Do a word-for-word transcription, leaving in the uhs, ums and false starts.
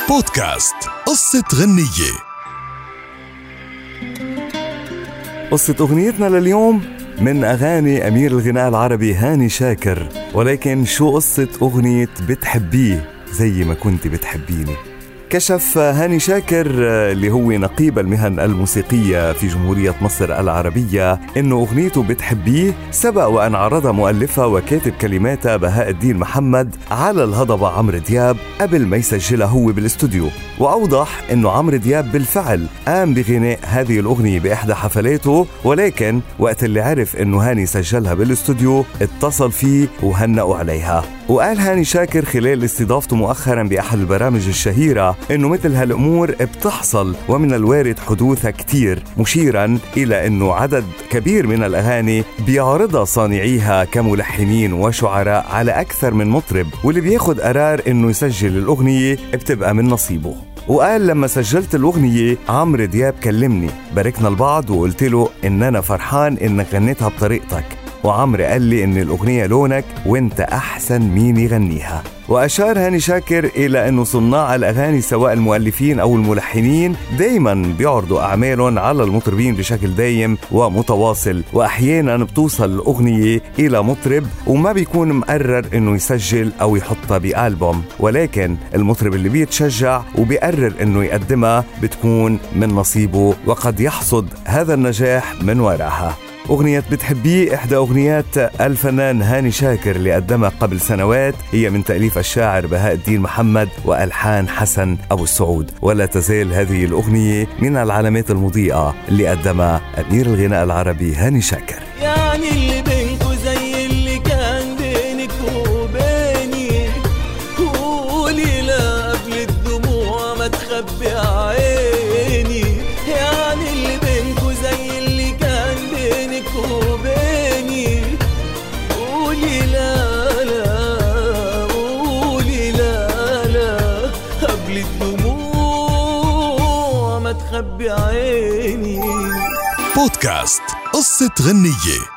بودكاست قصة غنية. قصة أغنيتنا لليوم من أغاني أمير الغناء العربي هاني شاكر، ولكن شو قصة أغنية بتحبيه زي ما كنت بتحبيني؟ كشف هاني شاكر اللي هو نقيب المهن الموسيقية في جمهورية مصر العربية إنه أغنيته بتحبيه سبق وأن عرضها مؤلفة وكاتب كلماتها بهاء الدين محمد على الهضبة عمرو دياب قبل ما يسجلها هو بالاستوديو، وأوضح إنه عمرو دياب بالفعل قام بغناء هذه الأغنية بإحدى حفلاته، ولكن وقت اللي عرف إنه هاني سجلها بالاستوديو اتصل فيه وهنأوا عليها. وقال هاني شاكر خلال استضافته مؤخرا بأحد البرامج الشهيرة إنه مثل هالأمور بتحصل ومن الوارد حدوثها كتير، مشيرا إلى إنه عدد كبير من الأغاني بيعرضها صانعيها كملحنين وشعراء على أكثر من مطرب، واللي بياخد قرار إنه يسجل الأغنية بتبقى من نصيبه. وقال لما سجلت الأغنية عمرو دياب كلمني، باركنا البعض وقلت له إن أنا فرحان إنك غنيتها بطريقتك، وعمرو قال لي إن الأغنية لونك وإنت أحسن مين يغنيها. وأشار هاني شاكر إلى أنه صناع الأغاني سواء المؤلفين أو الملحنين دايما بيعرضوا أعمالهم على المطربين بشكل دايم ومتواصل، وأحيانا بتوصل الأغنية إلى مطرب وما بيكون مقرر أنه يسجل أو يحطها بألبوم، ولكن المطرب اللي بيتشجع وبيقرر أنه يقدمها بتكون من نصيبه، وقد يحصد هذا النجاح من وراها. أغنية بتحبيه إحدى أغنيات الفنان هاني شاكر اللي قدمها قبل سنوات، هي من تأليف الشاعر بهاء الدين محمد وألحان حسن أبو السعود، ولا تزال هذه الأغنية من العلامات المضيئة اللي قدمها أمير الغناء العربي هاني شاكر. يعني اللي بينكو زي اللي كان بينك وبيني، قولي لا قبل الدموع ما تخبي عيني. يعني اللي بينكو زي اللي كان بينك وبيني، قولي لا لا قولي لا لا قبل الدموع ما تخبي عيني. بودكاست قصة غنية.